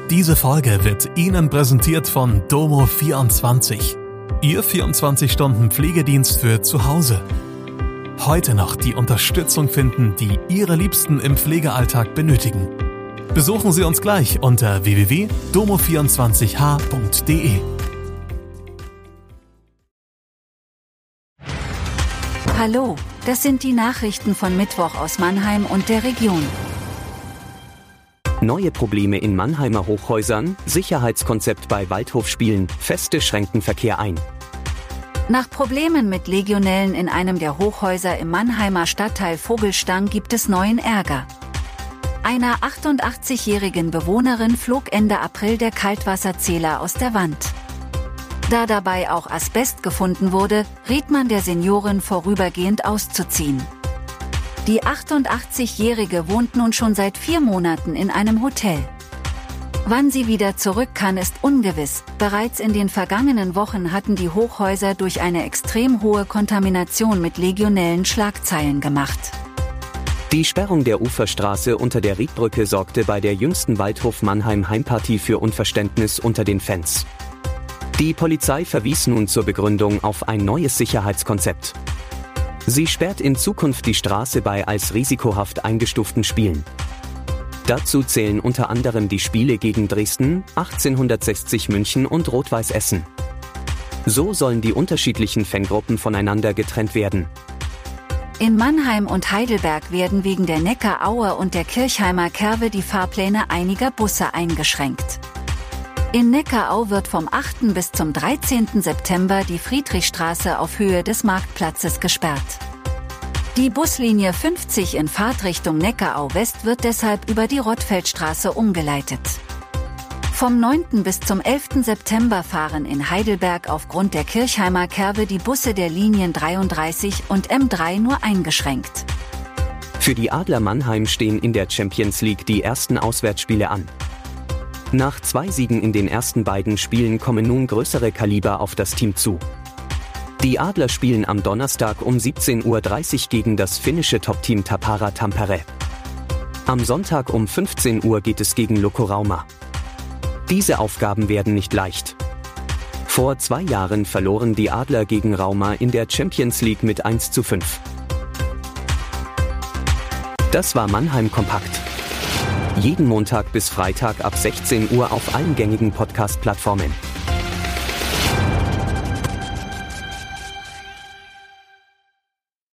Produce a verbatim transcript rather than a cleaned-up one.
Diese Folge wird Ihnen präsentiert von Domo vierundzwanzig. Ihr vierundzwanzig Stunden Pflegedienst für zu Hause. Heute noch die Unterstützung finden, die Ihre Liebsten im Pflegealltag benötigen. Besuchen Sie uns gleich unter w w w punkt domo vierundzwanzig h punkt d e. Hallo, das sind die Nachrichten von Mittwoch aus Mannheim und der Region. Neue Probleme in Mannheimer Hochhäusern, Sicherheitskonzept bei Waldhofspielen, Feste schränken Verkehr ein. Nach Problemen mit Legionellen in einem der Hochhäuser im Mannheimer Stadtteil Vogelstang gibt es neuen Ärger. Einer achtundachtzigjährigen Bewohnerin flog Ende April der Kaltwasserzähler aus der Wand. Da dabei auch Asbest gefunden wurde, riet man der Seniorin vorübergehend auszuziehen. Die achtundachtzigjährige wohnt nun schon seit vier Monaten in einem Hotel. Wann sie wieder zurück kann, ist ungewiss. Bereits in den vergangenen Wochen hatten die Hochhäuser durch eine extrem hohe Kontamination mit Legionellen Schlagzeilen gemacht. Die Sperrung der Uferstraße unter der Riedbrücke sorgte bei der jüngsten Waldhof-Mannheim-Heimpartie für Unverständnis unter den Fans. Die Polizei verwies nun zur Begründung auf ein neues Sicherheitskonzept. Sie sperrt in Zukunft die Straße bei als risikohaft eingestuften Spielen. Dazu zählen unter anderem die Spiele gegen Dresden, achtzehnhundertsechzig München und Rot-Weiß Essen. So sollen die unterschiedlichen Fangruppen voneinander getrennt werden. In Mannheim und Heidelberg werden wegen der Neckaraue und der Kirchheimer Kerwe die Fahrpläne einiger Busse eingeschränkt. In Neckarau wird vom achten bis zum dreizehnten September die Friedrichstraße auf Höhe des Marktplatzes gesperrt. Die Buslinie fünfzig in Fahrtrichtung Neckarau West wird deshalb über die Rottfeldstraße umgeleitet. Vom neunten bis zum elften September fahren in Heidelberg aufgrund der Kirchheimer Kerwe die Busse der Linien dreiunddreißig und M drei nur eingeschränkt. Für die Adler Mannheim stehen in der Champions League die ersten Auswärtsspiele an. Nach zwei Siegen in den ersten beiden Spielen kommen nun größere Kaliber auf das Team zu. Die Adler spielen am Donnerstag um siebzehn Uhr dreißig gegen das finnische Top-Team Tappara Tampere. Am Sonntag um fünfzehn Uhr geht es gegen Lukko Rauma. Diese Aufgaben werden nicht leicht. Vor zwei Jahren verloren die Adler gegen Rauma in der Champions League mit eins zu fünf. Das war Mannheim Kompakt. Jeden Montag bis Freitag ab sechzehn Uhr auf allen gängigen Podcast-Plattformen.